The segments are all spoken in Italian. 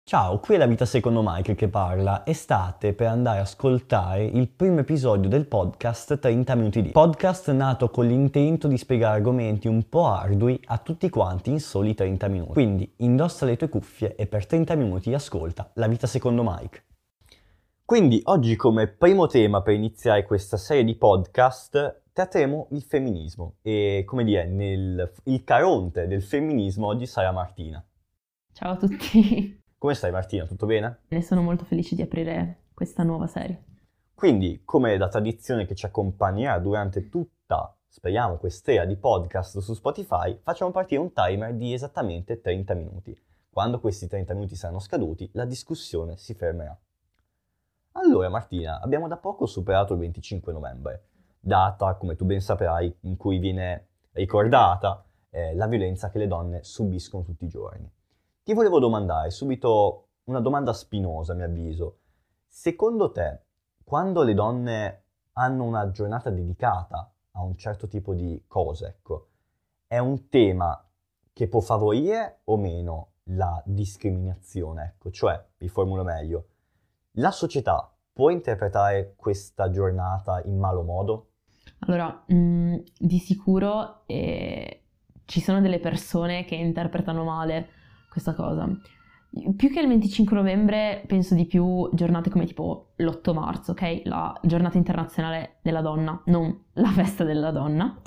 Ciao, qui è la vita secondo Michael che parla e state per andare ad ascoltare il primo episodio del podcast 30 minuti di. Podcast nato con l'intento di spiegare argomenti un po' ardui a tutti quanti in soli 30 minuti. Quindi indossa le tue cuffie e per 30 minuti ascolta la vita secondo Mike. Quindi oggi come primo tema per iniziare questa serie di podcast tratteremo il femminismo e come dire, il caronte del femminismo oggi sarà Martina. Ciao a tutti, Come stai Martina? Tutto bene? ne sono molto felice di aprire questa nuova serie. Quindi, come da tradizione che ci accompagnerà durante tutta, speriamo, quest'era di podcast su Spotify, facciamo partire un timer di esattamente 30 minuti. Quando questi 30 minuti saranno scaduti, la discussione si fermerà. Allora Martina, abbiamo da poco superato il 25 novembre, data, come tu ben saprai, in cui viene ricordata la violenza che le donne subiscono tutti i giorni. Ti volevo domandare subito una domanda spinosa, a mio avviso. Secondo te, quando le donne hanno una giornata dedicata a un certo tipo di cose, ecco, è un tema che può favorire o meno la discriminazione, ecco, cioè, vi formulo meglio, la società può interpretare questa giornata in malo modo? Allora, di sicuro ci sono delle persone che interpretano male questa cosa. Più che il 25 novembre penso di più giornate come tipo l'8 marzo, ok? La giornata internazionale della donna, non la festa della donna.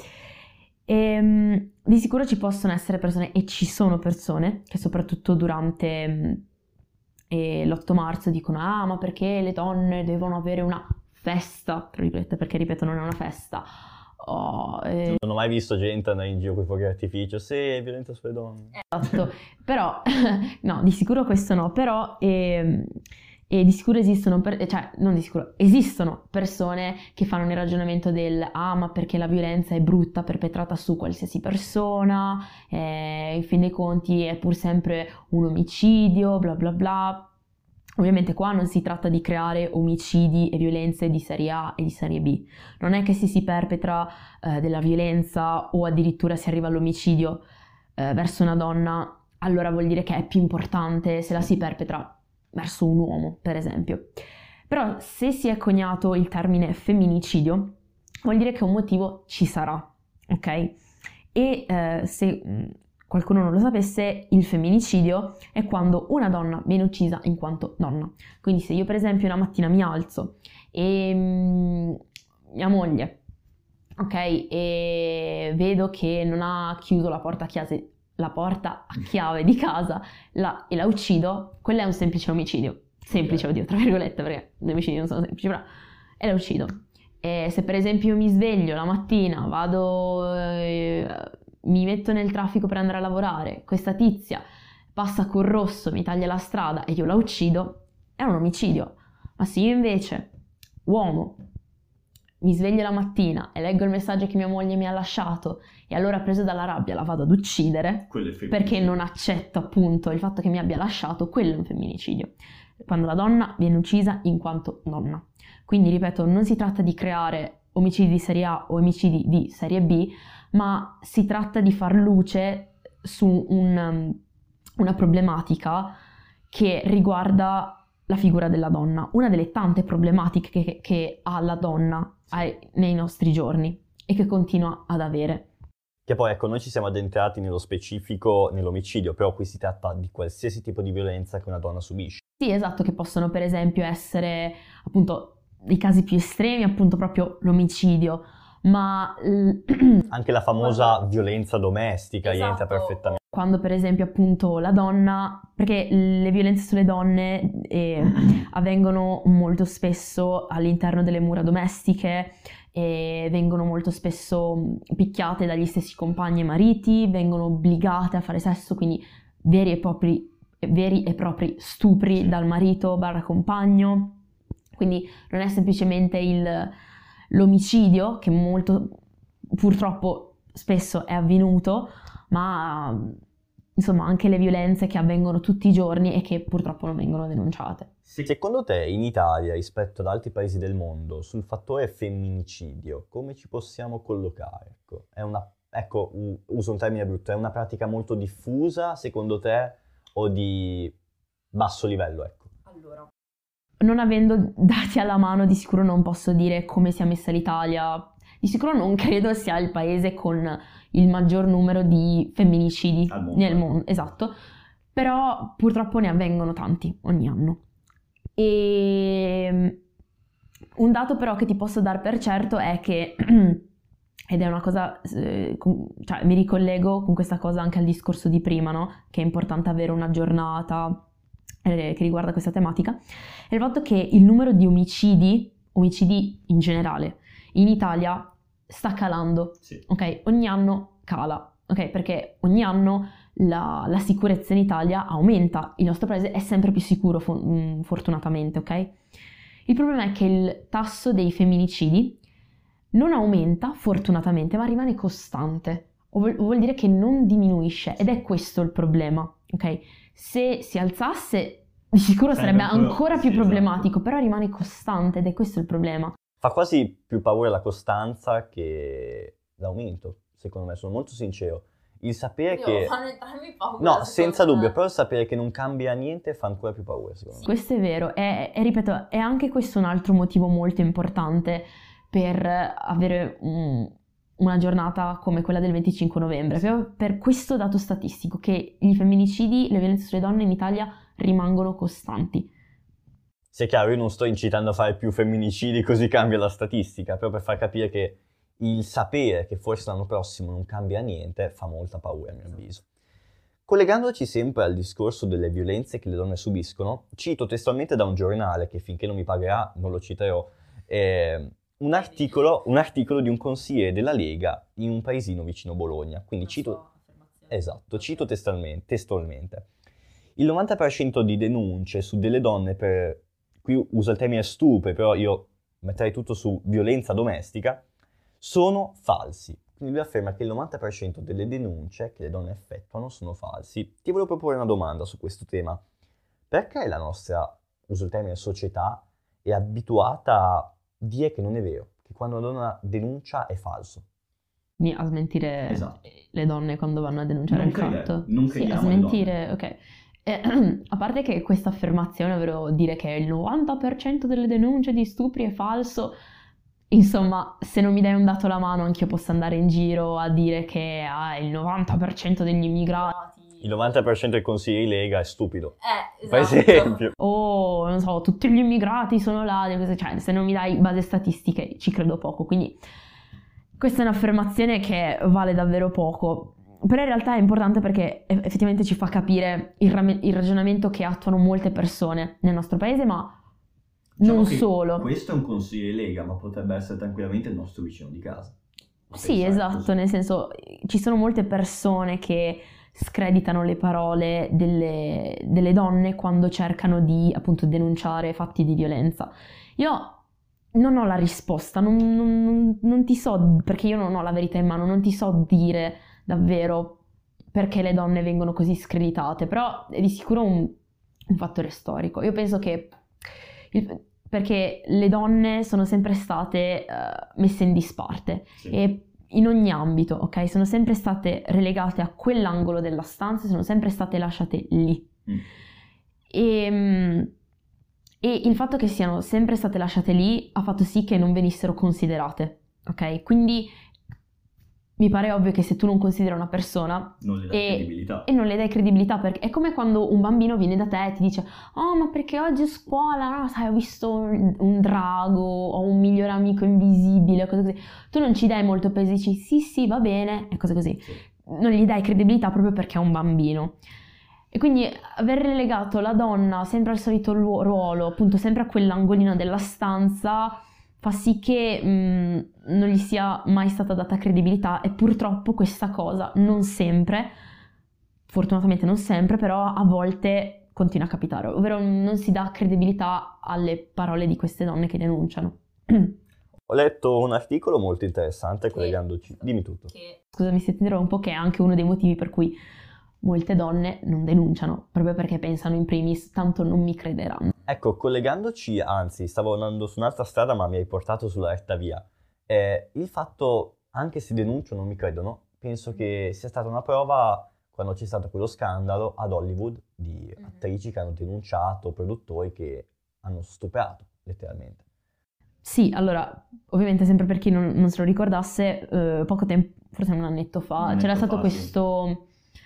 Di sicuro ci possono essere persone, e ci sono persone, che soprattutto durante l'8 marzo dicono ma perché le donne devono avere una festa, tra virgolette, perché ripeto non è una festa. Non ho mai visto gente andare in giro con i fuochi d'artificio, sì, è violenza sulle donne. Esatto, però, no, di sicuro questo no, però e di sicuro esistono, cioè non di sicuro, esistono persone che fanno il ragionamento del ma perché la violenza è brutta perpetrata su qualsiasi persona, in fin dei conti è pur sempre un omicidio, bla bla bla. Ovviamente qua non si tratta di creare omicidi e violenze di serie A e di serie B, non è che se si perpetra della violenza o addirittura si arriva all'omicidio verso una donna, allora vuol dire che è più importante se la si perpetra verso un uomo, per esempio. Però se si è coniato il termine femminicidio, vuol dire che un motivo ci sarà, ok? E se qualcuno non lo sapesse, il femminicidio è quando una donna viene uccisa in quanto donna. Quindi se io per esempio una mattina mi alzo e mia moglie, ok, e vedo che non ha chiuso la porta a chiave di casa e la uccido, quello è un semplice omicidio. Semplice, oddio, tra virgolette, perché gli omicidi non sono semplici, però e la uccido. E se per esempio mi sveglio la mattina, mi metto nel traffico per andare a lavorare, questa tizia passa col rosso, mi taglia la strada e io la uccido, è un omicidio. Ma se io invece, uomo, mi sveglio la mattina e leggo il messaggio che mia moglie mi ha lasciato e allora preso dalla rabbia la vado ad uccidere perché non accetto appunto il fatto che mi abbia lasciato, quello è un femminicidio. Quando la donna viene uccisa in quanto donna. Quindi ripeto, non si tratta di creare omicidi di serie A o omicidi di serie B, ma si tratta di far luce su una problematica che riguarda la figura della donna, una delle tante problematiche che ha la donna nei nostri giorni e che continua ad avere. Che poi ecco, noi ci siamo addentrati nello specifico nell'omicidio, però qui si tratta di qualsiasi tipo di violenza che una donna subisce. Sì, esatto, che possono per esempio essere appunto i casi più estremi, appunto proprio l'omicidio, ma anche la famosa violenza domestica rientra perfettamente. Quando per esempio appunto la donna, perché le violenze sulle donne avvengono molto spesso all'interno delle mura domestiche e vengono molto spesso picchiate dagli stessi compagni e mariti, vengono obbligate a fare sesso, quindi veri e propri stupri dal marito barra compagno. Quindi non è semplicemente l'omicidio, che molto purtroppo spesso è avvenuto, ma insomma anche le violenze che avvengono tutti i giorni e che purtroppo non vengono denunciate. Secondo te in Italia rispetto ad altri paesi del mondo sul fattore femminicidio come ci possiamo collocare? Uso un termine brutto, è una pratica molto diffusa secondo te o di basso livello, ecco. Allora, non avendo dati alla mano, di sicuro non posso dire come sia messa l'Italia. Di sicuro non credo sia il paese con il maggior numero di femminicidi nel mondo, esatto. Però purtroppo ne avvengono tanti ogni anno. E un dato però che ti posso dar per certo è che, ed è una cosa, cioè mi ricollego con questa cosa anche al discorso di prima, no? Che è importante avere una giornata che riguarda questa tematica, è il fatto che il numero di omicidi in generale, in Italia sta calando, sì. Ok? Ogni anno cala, ok? Perché ogni anno la sicurezza in Italia aumenta, il nostro paese è sempre più sicuro fortunatamente, ok? Il problema è che il tasso dei femminicidi non aumenta fortunatamente, ma rimane costante, vuol dire che non diminuisce ed è questo il problema, ok? Se si alzasse di sicuro sarebbe ancora più problematico, esatto. Però rimane costante ed è questo il problema. Fa quasi più paura la costanza che l'aumento, secondo me, sono molto sincero. Il sapere che... fanno entrambi paura. No, senza dubbio, però il sapere che non cambia niente fa ancora più paura, secondo me. Questo è vero, e ripeto, è anche questo un altro motivo molto importante per avere una giornata come quella del 25 novembre, proprio per questo dato statistico, che i femminicidi, le violenze sulle donne in Italia rimangono costanti. Sia chiaro, io non sto incitando a fare più femminicidi così cambia la statistica, però per far capire che il sapere che forse l'anno prossimo non cambia niente fa molta paura a mio avviso. Collegandoci sempre al discorso delle violenze che le donne subiscono, cito testualmente da un giornale, che finché non mi pagherà non lo citerò, un articolo di un consigliere della Lega in un paesino vicino Bologna. Quindi cito testualmente. Il 90% di denunce su delle donne qui uso il termine stupri, però io metterei tutto su violenza domestica, sono falsi. Quindi lui afferma che il 90% delle denunce che le donne effettuano sono falsi. Ti volevo proporre una domanda su questo tema. Perché la nostra, uso il termine società, è abituata a dire che non è vero, che quando una donna denuncia è falso? A smentire le donne quando vanno a denunciare il fatto? Non sì, a smentire, ok. A parte che questa affermazione, ovvero dire che il 90% delle denunce di stupri è falso, insomma, se non mi dai un dato alla mano anch'io posso andare in giro a dire che il 90% degli immigrati... Il 90% dei consiglieri Lega è stupido. Esatto. Per esempio. O, non so, tutti gli immigrati sono là, cioè se non mi dai base statistiche ci credo poco, quindi questa è un'affermazione che vale davvero poco. Però in realtà è importante perché effettivamente ci fa capire il ragionamento che attuano molte persone nel nostro paese, ma non solo. Questo è un consigliere Lega, ma potrebbe essere tranquillamente il nostro vicino di casa. Sì, esatto, così. Nel senso ci sono molte persone che screditano le parole delle donne quando cercano di appunto denunciare fatti di violenza. Io non ho la risposta, non ti so, perché io non ho la verità in mano, non ti so dire davvero perché le donne vengono così screditate, però è di sicuro un fattore storico. Io penso che perché le donne sono sempre state messe in disparte, sì. E in ogni ambito, ok? Sono sempre state relegate a quell'angolo della stanza, sono sempre state lasciate lì. E il fatto che siano sempre state lasciate lì ha fatto sì che non venissero considerate, ok? Quindi mi pare ovvio che se tu non consideri una persona non le dai credibilità. E non le dai credibilità, perché è come quando un bambino viene da te e ti dice oh ma perché oggi a scuola, no, sai, ho visto un drago o un migliore amico invisibile, cose così. Tu non ci dai molto peso, dici sì va bene e cose così. Sì. Non gli dai credibilità proprio perché è un bambino. E quindi aver relegato la donna sempre al solito ruolo, appunto sempre a quell'angolino della stanza, fa sì che non gli sia mai stata data credibilità, e purtroppo questa cosa non sempre, fortunatamente non sempre, però a volte continua a capitare, ovvero non si dà credibilità alle parole di queste donne che denunciano. Ho letto un articolo molto interessante collegandoci, dimmi tutto. Scusami se ti dirò un po' che è anche uno dei motivi per cui molte donne non denunciano, proprio perché pensano in primis tanto non mi crederanno. Ecco, collegandoci, anzi, stavo andando su un'altra strada ma mi hai portato sulla retta via. Il fatto, anche se denuncio non mi credono, penso che sia stata una prova quando c'è stato quello scandalo ad Hollywood di attrici che hanno denunciato produttori che hanno stuprato, letteralmente. Sì, allora, ovviamente sempre per chi non se lo ricordasse, poco tempo, forse un annetto fa, c'era stato questo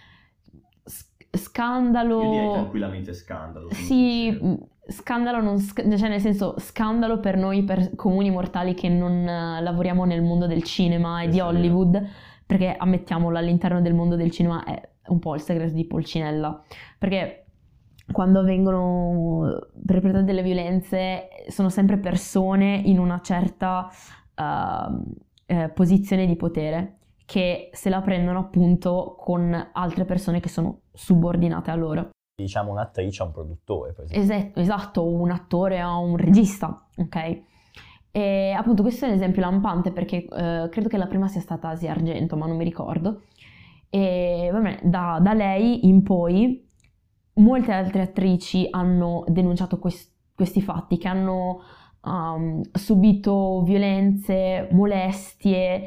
scandalo... Io direi tranquillamente scandalo. Sì, scandalo, cioè nel senso scandalo per noi per comuni mortali che non lavoriamo nel mondo del cinema e di Hollywood, perché ammettiamolo, all'interno del mondo del cinema è un po' il segreto di Polcinella, perché quando avvengono perpetrate delle violenze sono sempre persone in una certa posizione di potere che se la prendono appunto con altre persone che sono subordinate a loro. Diciamo un'attrice a un produttore, per esempio. Esatto, un attore a un regista, ok? E appunto questo è un esempio lampante perché credo che la prima sia stata Asia Argento, ma non mi ricordo. E vabbè, da lei in poi molte altre attrici hanno denunciato questi fatti, che hanno subito violenze, molestie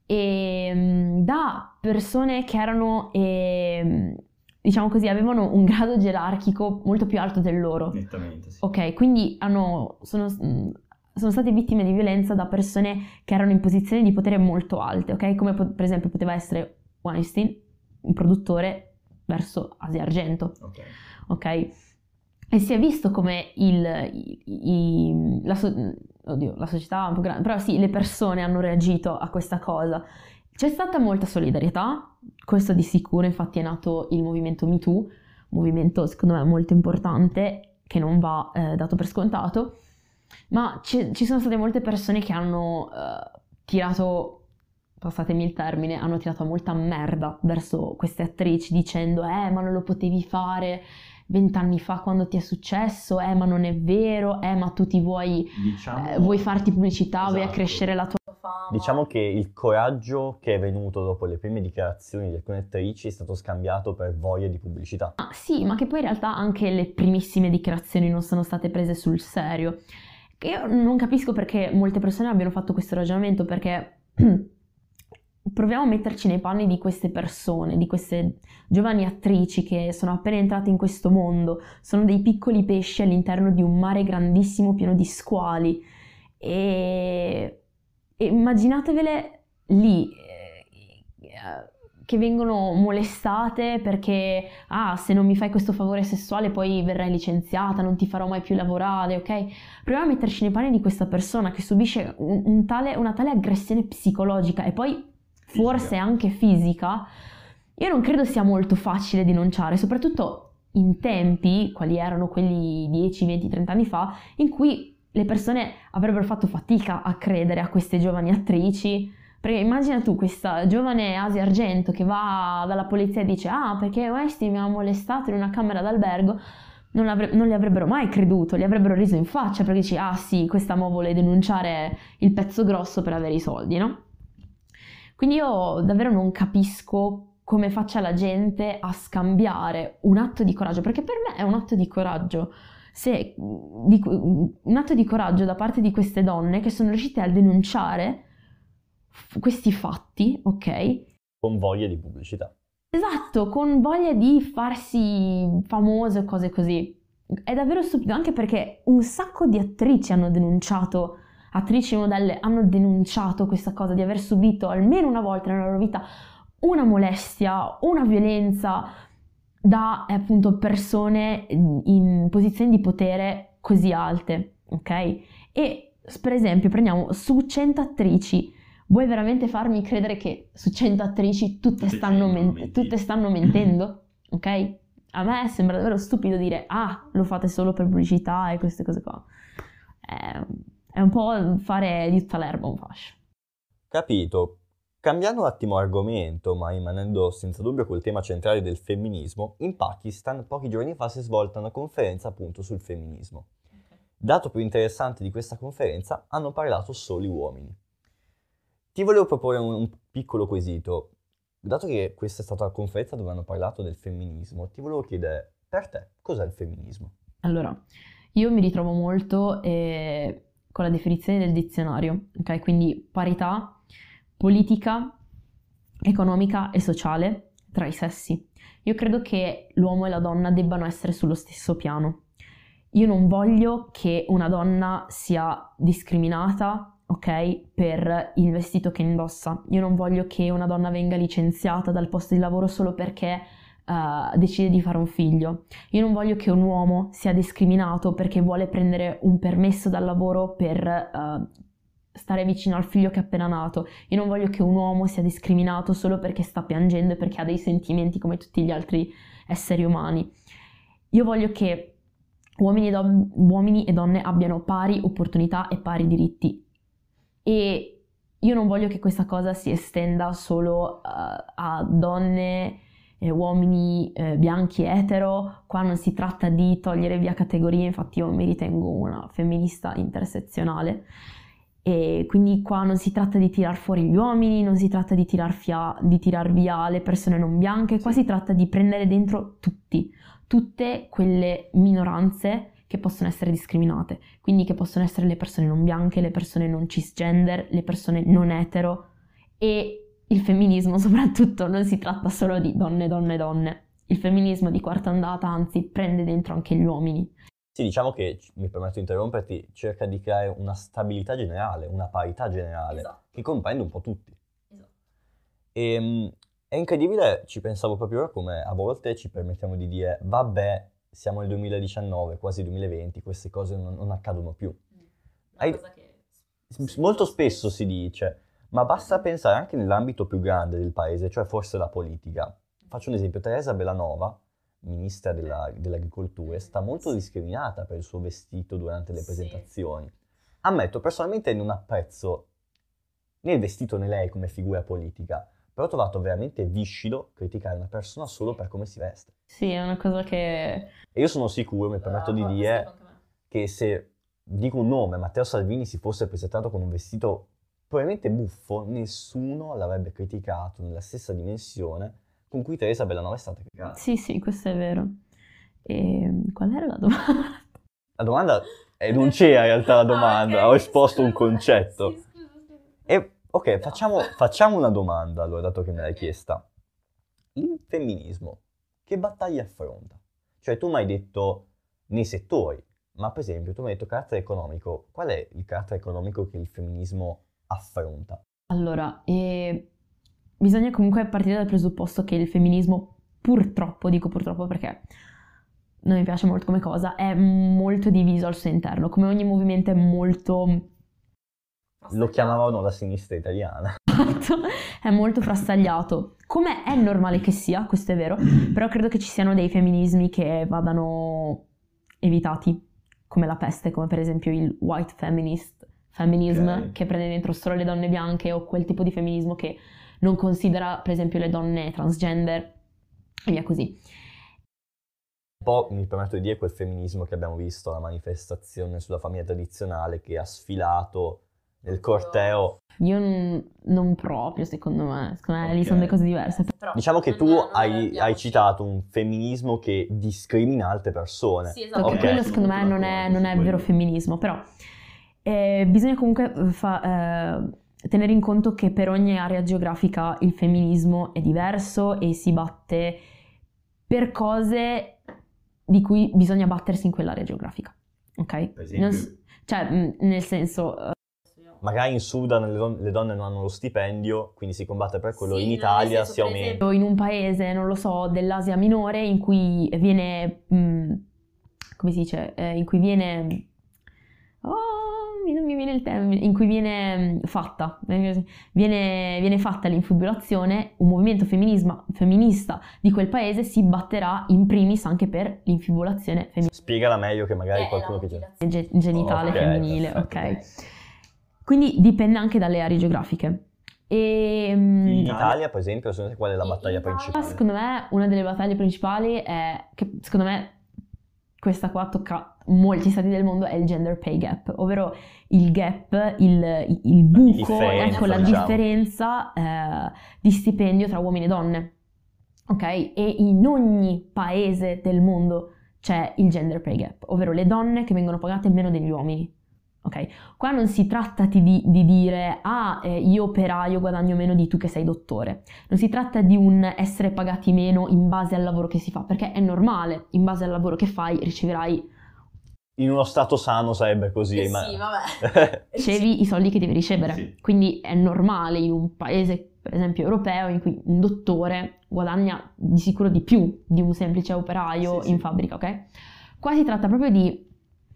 da persone che erano, diciamo così, avevano un grado gerarchico molto più alto del loro. Nettamente, sì. Ok, quindi sono state vittime di violenza da persone che erano in posizioni di potere molto alte, ok? Come per esempio poteva essere Weinstein, un produttore, verso Asia Argento. Ok? E si è visto come la società è un po' grande, però sì, le persone hanno reagito a questa cosa. C'è stata molta solidarietà, questo di sicuro, infatti è nato il movimento Me Too, movimento secondo me molto importante, che non va dato per scontato, ma ci sono state molte persone che hanno tirato, passatemi il termine, hanno tirato molta merda verso queste attrici dicendo ma non lo potevi fare 20 anni fa quando ti è successo, ma non è vero, ma tu ti vuoi farti pubblicità, esatto. Vuoi accrescere la tua fama. Diciamo che il coraggio che è venuto dopo le prime dichiarazioni di alcune attrici è stato scambiato per voglia di pubblicità. Sì, ma che poi in realtà anche le primissime dichiarazioni non sono state prese sul serio. Io non capisco perché molte persone abbiano fatto questo ragionamento, perché proviamo a metterci nei panni di queste persone, di queste giovani attrici che sono appena entrate in questo mondo, sono dei piccoli pesci all'interno di un mare grandissimo pieno di squali e immaginatevele lì che vengono molestate perché se non mi fai questo favore sessuale poi verrai licenziata, non ti farò mai più lavorare, ok? Proviamo a metterci nei panni di questa persona che subisce una tale aggressione psicologica e poi forse anche fisica. Io non credo sia molto facile denunciare, soprattutto in tempi, quali erano quelli 10, 20, 30 anni fa, in cui le persone avrebbero fatto fatica a credere a queste giovani attrici. Perché immagina tu questa giovane Asia Argento che va dalla polizia e dice perché Weinstein mi ha molestato in una camera d'albergo, non le avrebbero mai creduto, li avrebbero riso in faccia perché dici sì, questa mo vuole denunciare il pezzo grosso per avere i soldi, no? Quindi io davvero non capisco come faccia la gente a scambiare un atto di coraggio, perché per me è un atto di coraggio, un atto di coraggio da parte di queste donne che sono riuscite a denunciare questi fatti, ok? Con voglia di pubblicità. Esatto, con voglia di farsi famose o cose così. È davvero stupido, anche perché un sacco di attrici hanno denunciato, attrici e modelle hanno denunciato questa cosa di aver subito almeno una volta nella loro vita una molestia, una violenza da appunto persone in posizioni di potere così alte, ok? E per esempio prendiamo su 100 attrici, vuoi veramente farmi credere che su 100 attrici tutte stanno mentendo? Ok? A me sembra davvero stupido dire lo fate solo per pubblicità e queste cose qua. È un po' fare di tutta l'erba un fascio. Capito. Cambiando un attimo argomento, ma rimanendo senza dubbio col tema centrale del femminismo, in Pakistan pochi giorni fa si è svolta una conferenza appunto sul femminismo. Dato più interessante di questa conferenza, hanno parlato solo gli uomini. Ti volevo proporre un piccolo quesito. Dato che questa è stata la conferenza dove hanno parlato del femminismo, ti volevo chiedere, per te, cos'è il femminismo? Allora, io mi ritrovo molto con la definizione del dizionario, ok? Quindi parità politica, economica e sociale tra i sessi. Io credo che l'uomo e la donna debbano essere sullo stesso piano. Io non voglio che una donna sia discriminata, ok, per il vestito che indossa. Io non voglio che una donna venga licenziata dal posto di lavoro solo perché decide di fare un figlio. Io non voglio che un uomo sia discriminato perché vuole prendere un permesso dal lavoro per stare vicino al figlio che è appena nato. Io non voglio che un uomo sia discriminato solo perché sta piangendo e perché ha dei sentimenti come tutti gli altri esseri umani. Io voglio che uomini e donne abbiano pari opportunità e pari diritti. E io non voglio che questa cosa si estenda solo a donne e uomini bianchi etero. Qua non si tratta di togliere via categorie, infatti io mi ritengo una femminista intersezionale. E quindi qua non si tratta di tirar fuori gli uomini, non si tratta di tirar via le persone non bianche, qua si tratta di prendere dentro tutte quelle minoranze che possono essere discriminate, quindi che possono essere le persone non bianche, le persone non cisgender, le persone non etero, e il femminismo soprattutto non si tratta solo di donne, donne, donne. Il femminismo di quarta ondata anzi prende dentro anche gli uomini. Sì, diciamo che, mi permetto di interromperti, cerca di creare una stabilità generale, una parità generale, Esatto. che comprende un po' tutti. Esatto. È incredibile, ci pensavo proprio ora, come a volte ci permettiamo di dire, vabbè, siamo nel 2019, quasi 2020, queste cose non accadono più. Molto spesso si dice, ma basta pensare anche nell'ambito più grande del paese, cioè forse la politica. Faccio un esempio, Teresa Bellanova, ministra dell'agricoltura, è stata molto discriminata per il suo vestito durante le presentazioni. Ammetto, personalmente non apprezzo né il vestito né lei come figura politica, però ho trovato veramente viscido criticare una persona solo per come si veste. Sì, è una cosa che... E io sono sicuro, mi permetto di dire, che se, dico un nome, Matteo Salvini si fosse presentato con un vestito probabilmente buffo, nessuno l'avrebbe criticato nella stessa dimensione con cui Teresa Bellanova è stata criticata. Sì, questo è vero. E qual era la domanda? La domanda non c'era in realtà la domanda, okay. Ho esposto un concetto. Sì, scusa. E ok, facciamo una domanda allora, dato che me l'hai chiesta. Il femminismo, che battaglie affronta? Cioè tu mi hai detto nei settori, ma per esempio tu mi hai detto carattere economico. Qual è il carattere economico che il femminismo affronta? Allora, bisogna comunque partire dal presupposto che il femminismo, purtroppo, dico purtroppo perché non mi piace molto come cosa, è molto diviso al suo interno, come ogni movimento è molto... Lo chiamavano la sinistra italiana. È molto frastagliato, come è normale che sia, questo è vero, però credo che ci siano dei femminismi che vadano evitati, come la peste, come per esempio il white feminism, Ok. che prende dentro solo le donne bianche, o quel tipo di femminismo che non considera per esempio le donne transgender e via così. Un po' mi permetto di dire quel femminismo che abbiamo visto alla manifestazione sulla famiglia tradizionale che ha sfilato nel corteo. Io non proprio, secondo me lì Ok. sono due cose diverse. Però Diciamo che tu hai citato un femminismo che discrimina altre persone. Sì, esatto. Ok. Quello secondo me non è vero femminismo, però bisogna comunque tenere in conto che per ogni area geografica il femminismo è diverso e si batte per cose di cui bisogna battersi in quell'area geografica, ok? Per esempio? Cioè, nel senso... Magari in Sudan le donne non hanno lo stipendio, quindi si combatte per quello. Sì, in no, Italia nel senso, si per aumenta. esempio, in un paese, non lo so, dell'Asia minore in cui viene, come si dice, in cui viene, non mi viene il termine, in cui viene fatta l'infibulazione, un movimento femminista di quel paese si batterà in primis anche per l'infibulazione femminile. Spiegala meglio che magari qualcuno che c'è. Genitale Ok, femminile, perfetto. ok? Quindi dipende anche dalle aree geografiche. In Italia, per esempio, secondo te qual è la battaglia principale? Secondo me una delle battaglie principali è che secondo me questa qua tocca molti stati del mondo, è il gender pay gap, ovvero il gap, il buco, ecco la differenza di stipendio tra uomini e donne, ok? E in ogni paese del mondo c'è il gender pay gap, ovvero le donne che vengono pagate meno degli uomini, ok? Qua non si tratta di dire io operaio guadagno meno di tu che sei dottore, non si tratta di un essere pagati meno in base al lavoro che si fa, perché è normale, in base al lavoro che fai riceverai... In uno stato sano sarebbe così, ma... Sì, vabbè. ricevi i soldi che devi ricevere, Sì. Quindi è normale in un paese, per esempio europeo, in cui un dottore guadagna di sicuro di più di un semplice operaio Sì, in sì. fabbrica, ok? Qua si tratta proprio di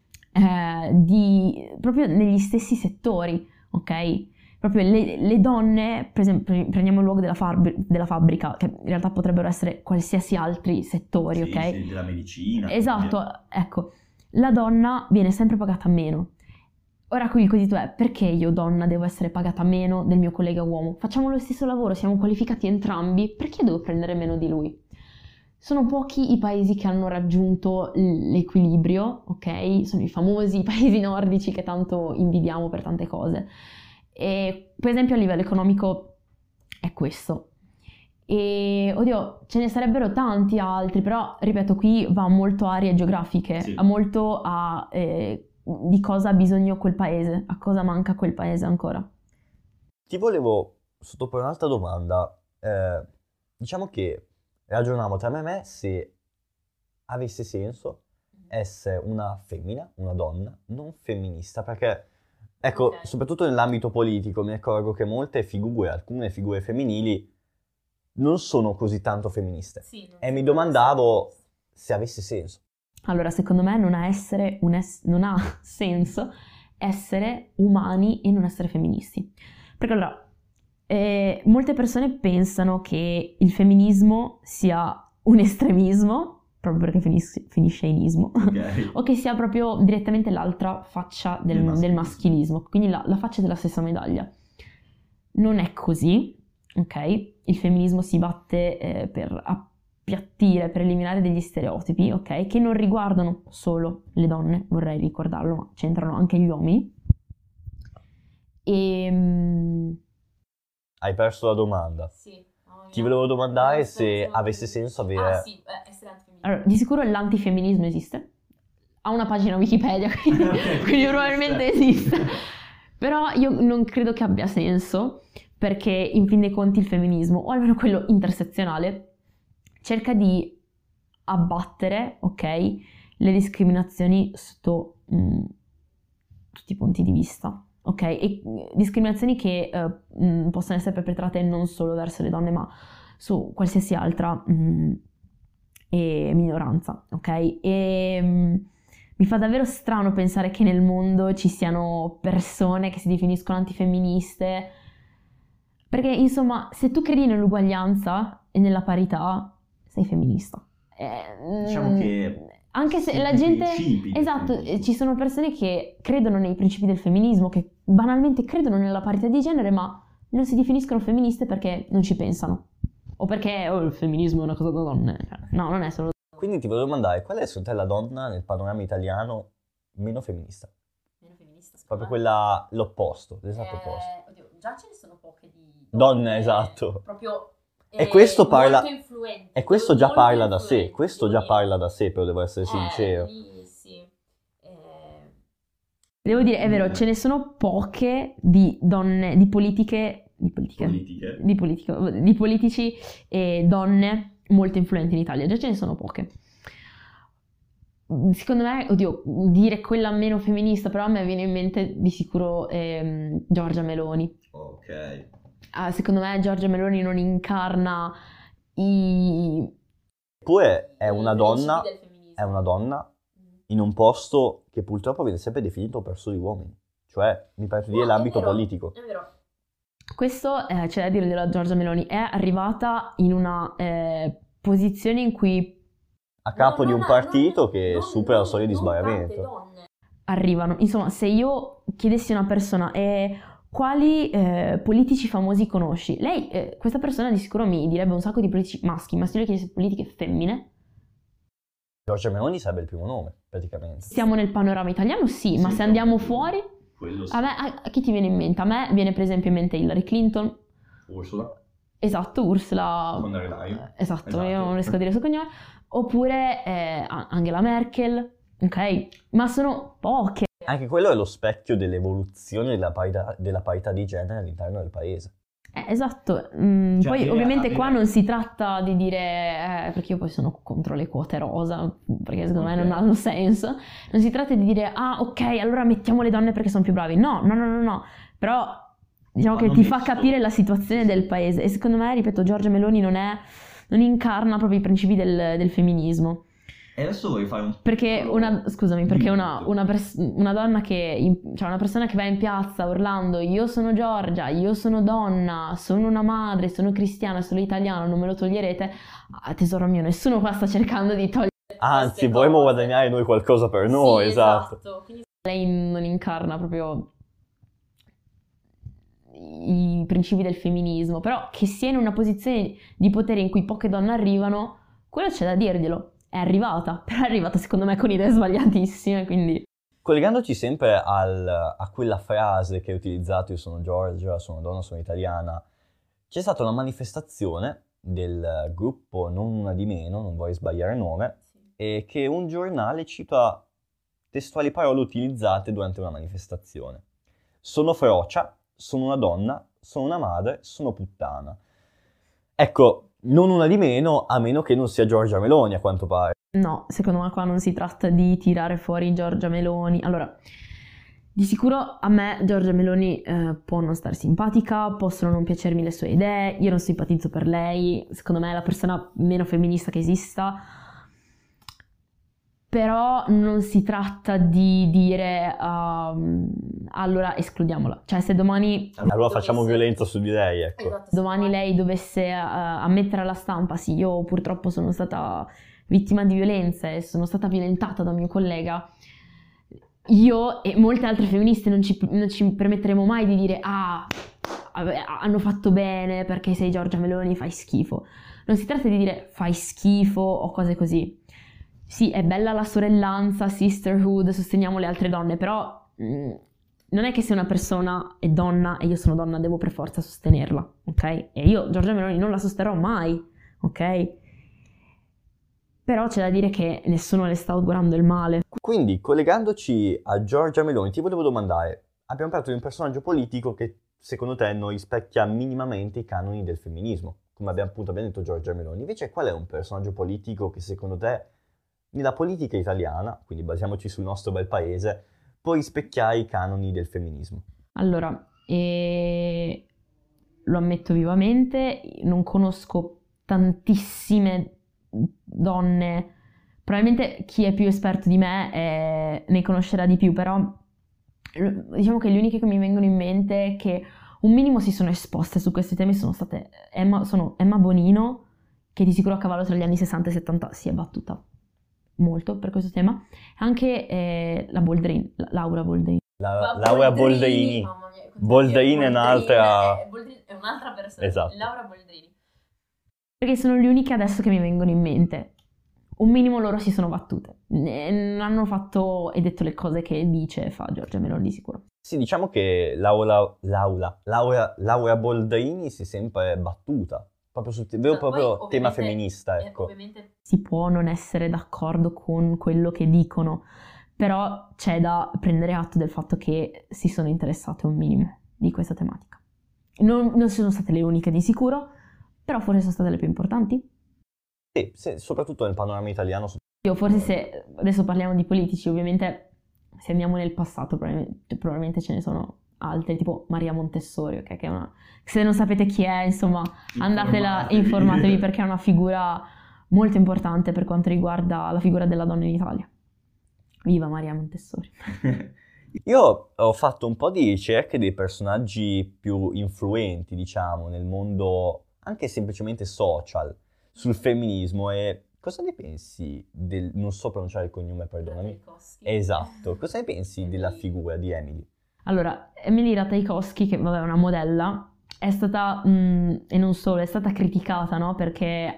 proprio negli stessi settori, ok? Proprio le donne, per esempio, prendiamo il luogo della fabbrica, che in realtà potrebbero essere qualsiasi altri settori, ok? Sì, della medicina. Esatto, ecco, la donna viene sempre pagata meno. Ora qui il quesito è: perché io donna devo essere pagata meno del mio collega uomo? Facciamo lo stesso lavoro, siamo qualificati entrambi, perché devo prendere meno di lui? Sono pochi i paesi che hanno raggiunto l'equilibrio, ok? Sono i famosi paesi nordici che tanto invidiamo per tante cose. E per esempio a livello economico è questo. E oddio, ce ne sarebbero tanti altri, però ripeto, qui va molto a aree geografiche, Sì. va molto a di cosa ha bisogno quel paese, a cosa manca quel paese ancora. Ti volevo sottoporre un'altra domanda. Diciamo che ragioniamo tra me se avesse senso essere una femmina, una donna, non femminista, perché, ecco, Ok. soprattutto nell'ambito politico mi accorgo che molte figure, alcune figure femminili, non sono così tanto femministe. Sì, non E mi si domandavo può se avesse senso. Allora, secondo me non ha senso essere umani e non essere femministi. Perché allora, molte persone pensano che il femminismo sia un estremismo, proprio perché finisce in ismo, Ok. o che sia proprio direttamente l'altra faccia del maschilismo, quindi la faccia della stessa medaglia. Non è così, ok? Il femminismo si batte per appiattire, per eliminare degli stereotipi, ok? Che non riguardano solo le donne, vorrei ricordarlo, ma c'entrano anche gli uomini. Hai perso la domanda. Sì. Oh, Ti volevo domandare no, se sono avesse senso avere... Ah sì, essere antifemminista. Allora, di sicuro l'antifemminismo esiste, ha una pagina Wikipedia, quindi, quindi probabilmente esiste. Però io non credo che abbia senso, perché in fin dei conti il femminismo, o almeno quello intersezionale, cerca di abbattere, ok, le discriminazioni sotto tutti i punti di vista, ok? E discriminazioni che possono essere perpetrate non solo verso le donne, ma su qualsiasi altra minoranza, ok? E mi fa davvero strano pensare che nel mondo ci siano persone che si definiscono antifemministe, perché insomma, se tu credi nell'uguaglianza e nella parità, sei femminista. Diciamo che anche se segui la i gente... principi del Esatto, femminismo. ci sono persone che credono nei principi del femminismo, che banalmente credono nella parità di genere, ma non si definiscono femministe perché non ci pensano. O perché il femminismo è una cosa da donne. No, non è solo... Quindi ti volevo domandare, qual è secondo te la donna nel panorama italiano meno femminista? Meno femminista, secondo Proprio me. quella, l'opposto, l'esatto opposto. Oddio, già ce ne sono poche di Donne, esatto. Proprio E questo parla- molto influenti. E questo già molto parla da sé, influenti, questo devo già dire. parla da sé, però devo essere sincero. Lì sì. Devo dire, è vero, ce ne sono poche di donne, di politiche, politiche. di politici e donne molto influenti in Italia, già ce ne sono poche. Secondo me, oddio, dire quella meno femminista, però a me viene in mente di sicuro Giorgia Meloni. Ok. Secondo me Giorgia Meloni non incarna i... Eppure è una I donna, principi del femminismo. è una donna in un posto che purtroppo viene sempre definito per soli uomini. Cioè, mi pare di dire No, è l'ambito vero, politico. È vero. Questo c'è da dire della Giorgia Meloni, è arrivata in una posizione in cui A capo di un partito che non- supera la non- soglia di non tante sbarramento. donne. arrivano. Insomma, se io chiedessi a una persona quali politici famosi conosci, lei, questa persona di sicuro mi direbbe un sacco di politici maschi, ma se io le chiedessi politiche femmine, Giorgia Meloni sarebbe il primo nome, praticamente. siamo nel panorama italiano, sì, ma Sì, se andiamo proprio. fuori, Quello sì. a chi ti viene in mente? A me viene per esempio in mente Hillary Clinton, Ursula. esatto, Ursula, Von der Leyen. esatto, Esatto. io non riesco a dire il suo cognome, oppure Angela Merkel, ok, ma sono poche. Anche quello è lo specchio dell'evoluzione della parità di genere all'interno del paese. Esatto. Cioè, Poi avere- ovviamente qua avere- non si tratta di dire, perché io poi sono contro le quote rosa, perché secondo me non Ok. hanno senso, non si tratta di dire, ah ok, allora mettiamo le donne perché sono più bravi, no, però diciamo Ma che non ti dici fa solo- capire la situazione Sì, sì. del paese e secondo me, ripeto, Giorgia Meloni non incarna proprio i principi del femminismo. E adesso vorrei fare un Perché Dimmi una donna cioè una persona che va in piazza urlando io sono Giorgia, io sono donna, sono una madre, sono cristiana, sono italiana, non me lo toglierete, tesoro mio, nessuno qua sta cercando di togliere. Anzi, Queste vorremmo cose. guadagnare noi qualcosa per noi, Sì, esatto. Quindi Lei non incarna proprio i principi del femminismo, però che sia in una posizione di potere in cui poche donne arrivano, quello c'è da dirglielo. È arrivata, però è arrivata secondo me con idee sbagliatissime, quindi... Collegandoci sempre a quella frase che hai utilizzato, io sono Giorgia, sono donna, sono italiana, c'è stata una manifestazione del gruppo Non Una di Meno, non vorrei sbagliare il nome, e che un giornale cita testuali parole utilizzate durante una manifestazione. Sono frocia, sono una donna, sono una madre, sono puttana. Ecco, non una di meno, a meno che non sia Giorgia Meloni, a quanto pare. No, secondo me qua non si tratta di tirare fuori Giorgia Meloni. Allora, di sicuro a me Giorgia Meloni può non star simpatica, possono non piacermi le sue idee, io non simpatizzo per lei, secondo me è la persona meno femminista che esista, però non si tratta di dire allora escludiamola. Cioè se domani Allora facciamo violenza su di lei, ecco. Esatto, domani lei dovesse ammettere alla stampa, sì, io purtroppo sono stata vittima di violenza e sono stata violentata da un mio collega, io e molte altre femministe non ci permetteremo mai di dire hanno fatto bene perché sei Giorgia Meloni, fai schifo. Non si tratta di dire fai schifo o cose così. Sì, è bella la sorellanza, sisterhood, sosteniamo le altre donne, però non è che se una persona è donna e io sono donna devo per forza sostenerla, ok? E io Giorgia Meloni non la sosterrò mai, ok? Però c'è da dire che nessuno le sta augurando il male. Quindi, collegandoci a Giorgia Meloni, ti volevo domandare, abbiamo parlato di un personaggio politico che secondo te non rispecchia minimamente i canoni del femminismo, come abbiamo detto Giorgia Meloni. Invece qual è un personaggio politico che secondo te nella politica italiana, quindi basiamoci sul nostro bel paese, può rispecchiare i canoni del femminismo? Allora, lo ammetto vivamente, non conosco tantissime donne, probabilmente chi è più esperto di me ne conoscerà di più, però diciamo che le uniche che mi vengono in mente che un minimo si sono esposte su questi temi sono state Emma Bonino, che di sicuro a cavallo tra gli anni 60 e 70 si è battuta molto per questo tema, anche Laura Boldrini. Laura Boldrini. Mamma mia, Boldrini è un'altra... Boldrini è un'altra persona. Esatto. Laura Boldrini. Perché sono le uniche adesso che mi vengono in mente. Un minimo loro si sono battute. Non hanno fatto e detto le cose che dice e fa Giorgia Meloni di sicuro. Sì, diciamo che Laura Boldrini si è sempre battuta, proprio sul Poi, tema ovviamente, femminista, ecco. Ovviamente Si può non essere d'accordo con quello che dicono, però c'è da prendere atto del fatto che si sono interessate un minimo di questa tematica. Non sono state le uniche di sicuro, però forse sono state le più importanti. Sì, soprattutto nel panorama italiano. Io forse se adesso parliamo di politici, ovviamente se andiamo nel passato probabilmente ce ne sono altri, tipo Maria Montessori, ok? Che è una... Se non sapete chi è, insomma, informatevi perché è una figura molto importante per quanto riguarda la figura della donna in Italia. Viva Maria Montessori! Io ho fatto un po' di ricerche dei personaggi più influenti, diciamo, nel mondo anche semplicemente social, sul femminismo e cosa ne pensi non so pronunciare il cognome, perdonami. Ratajkowski. Esatto, cosa ne pensi della figura di Emily? Allora, Emily Ratajkowski, che vabbè è una modella, è stata, e non solo, è stata criticata, no? Perché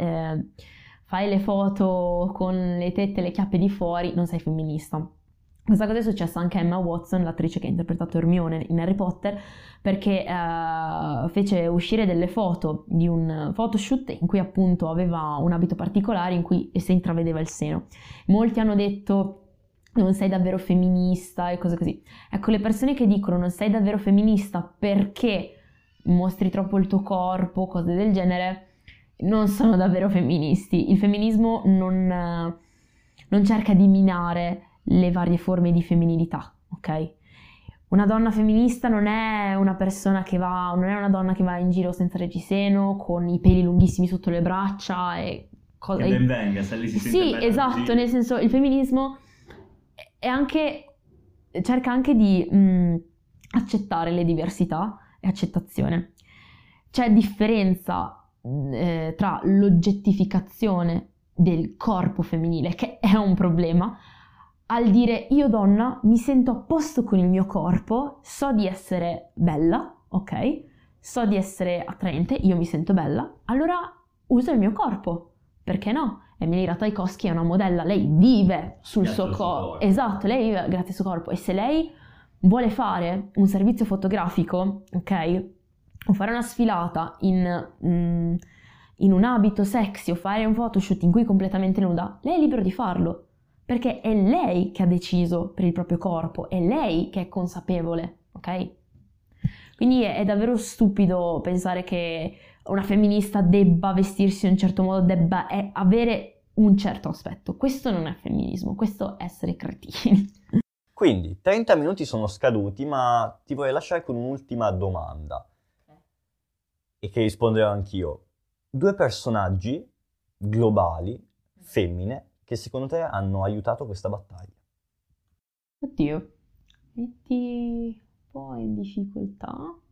fai le foto con le tette e le chiappe di fuori, non sei femminista. Questa cosa è successa anche a Emma Watson, l'attrice che ha interpretato Hermione in Harry Potter, perché fece uscire delle foto di un photoshoot in cui appunto aveva un abito particolare in cui si intravedeva il seno. Molti hanno detto non sei davvero femminista e cose così. Ecco, le persone che dicono non sei davvero femminista perché mostri troppo il tuo corpo, cose del genere, non sono davvero femministi. Il femminismo non cerca di minare le varie forme di femminilità, ok? Una donna femminista non è una persona non è una donna che va in giro senza reggiseno, con i peli lunghissimi sotto le braccia e cose. Che ben venga, se lei si sente Sì, bene esatto, così. nel senso il femminismo cerca anche di accettare le diversità e accettazione. C'è differenza tra l'oggettificazione del corpo femminile, che è un problema, al dire io donna mi sento a posto con il mio corpo, so di essere bella, ok? So di essere attraente, io mi sento bella, allora uso il mio corpo, perché no? Emily Ratajkowski è una modella, lei vive sul Grazie suo al suo corpo, corpo. esatto, lei vive grazie al suo corpo, e se lei vuole fare un servizio fotografico, ok? O fare una sfilata in un abito sexy o fare un photoshoot in cui è completamente nuda, lei è libero di farlo, perché è lei che ha deciso per il proprio corpo, è lei che è consapevole, ok? Quindi è davvero stupido pensare che una femminista debba vestirsi in un certo modo, debba avere un certo aspetto. Questo non è femminismo, questo è essere cretini. Quindi 30 minuti sono scaduti, ma ti vorrei lasciare con un'ultima domanda e che risponderò anch'io. 2 personaggi globali, femmine, che secondo te hanno aiutato questa battaglia? Oddio, metti un po' in difficoltà.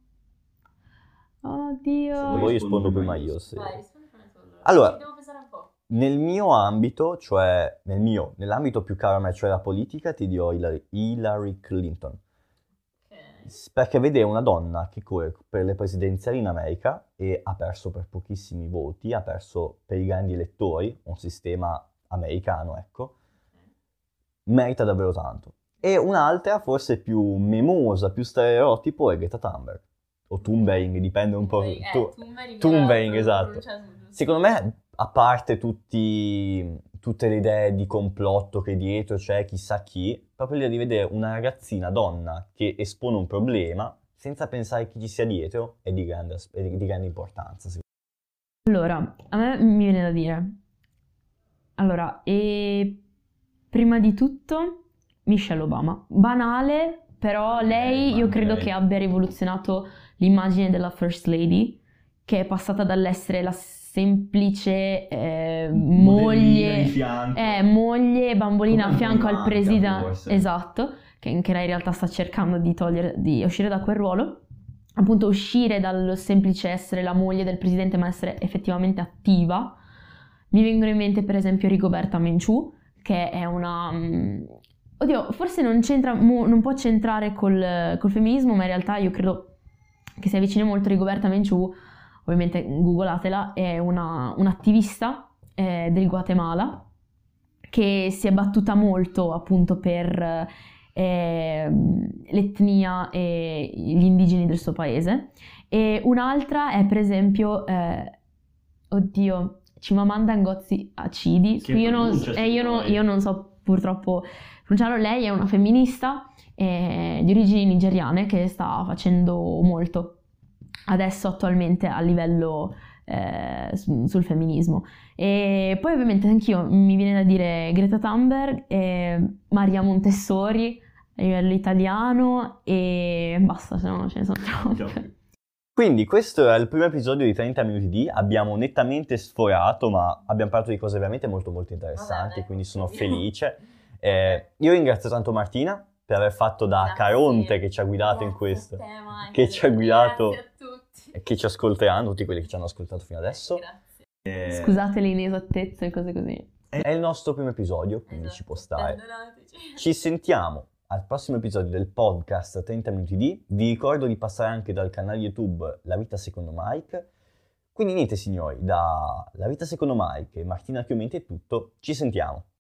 Oddio. Se Poi rispondo prima io. Se... Vai, rispondi prima tu allora. Allora, Ci devo pensare un po'. nel mio ambito, cioè nell'ambito più caro a me, cioè la politica, ti dirò Hillary Clinton. Ok. Perché vedere una donna che corre per le presidenziali in America e ha perso per pochissimi voti, ha perso per i grandi elettori, un sistema americano, ecco, merita davvero tanto. E un'altra, forse più memosa, più stereotipo, è Greta Thunberg. O Thunberg, dipende un po'. Thunberg, esatto. Secondo me, a parte tutte le idee di complotto che dietro c'è chissà chi, proprio l'idea di vedere una ragazzina donna che espone un problema senza pensare chi ci sia dietro è di grande importanza. Allora, a me mi viene da dire. Allora, prima di tutto Michelle Obama. Banale, però lei io credo che abbia rivoluzionato l'immagine della First Lady, che è passata dall'essere la semplice moglie, di fianco. moglie e bambolina Come a fianco al manca, presidente, forse. esatto, che lei in realtà sta cercando di uscire da quel ruolo, appunto uscire dal semplice essere la moglie del presidente, ma essere effettivamente attiva. Mi vengono in mente per esempio Rigoberta Menchú, che è una... oddio, forse non c'entra, non può c'entrare col femminismo, ma in realtà io credo che si avvicina molto Rigoberta Menchú, ovviamente googlatela, è un'attivista del Guatemala che si è battuta molto appunto per l'etnia e gli indigeni del suo paese. E un'altra è per esempio, Chimamanda Ngozi Adichie, io non so purtroppo pronunciarlo. Lei è una femminista di origini nigeriane che sta facendo molto adesso attualmente a livello sul femminismo. E poi ovviamente anch'io mi viene da dire Greta Thunberg e Maria Montessori a livello italiano e basta, se no ce ne sono troppe. Quindi questo era il primo episodio di 30 minuti di, abbiamo nettamente sforato, ma abbiamo parlato di cose veramente molto molto interessanti, Vabbè, quindi sono sì. felice. Io ringrazio tanto Martina per aver fatto da Grazie. Caronte che ci ha guidato in Grazie questo, a te, Michael. che ci ha guidato Grazie a tutti. e che ci ascolteranno, tutti quelli che ci hanno ascoltato fino adesso. Grazie. Scusate le inesattezze e cose così. È il nostro primo episodio, quindi Esatto, ci può stare. perdonateci. Ci sentiamo al prossimo episodio del podcast 30 minuti di. Vi ricordo di passare anche dal canale YouTube La Vita Secondo Mike. Quindi niente signori, da La Vita Secondo Mike e Martina Chiomenti è tutto, ci sentiamo.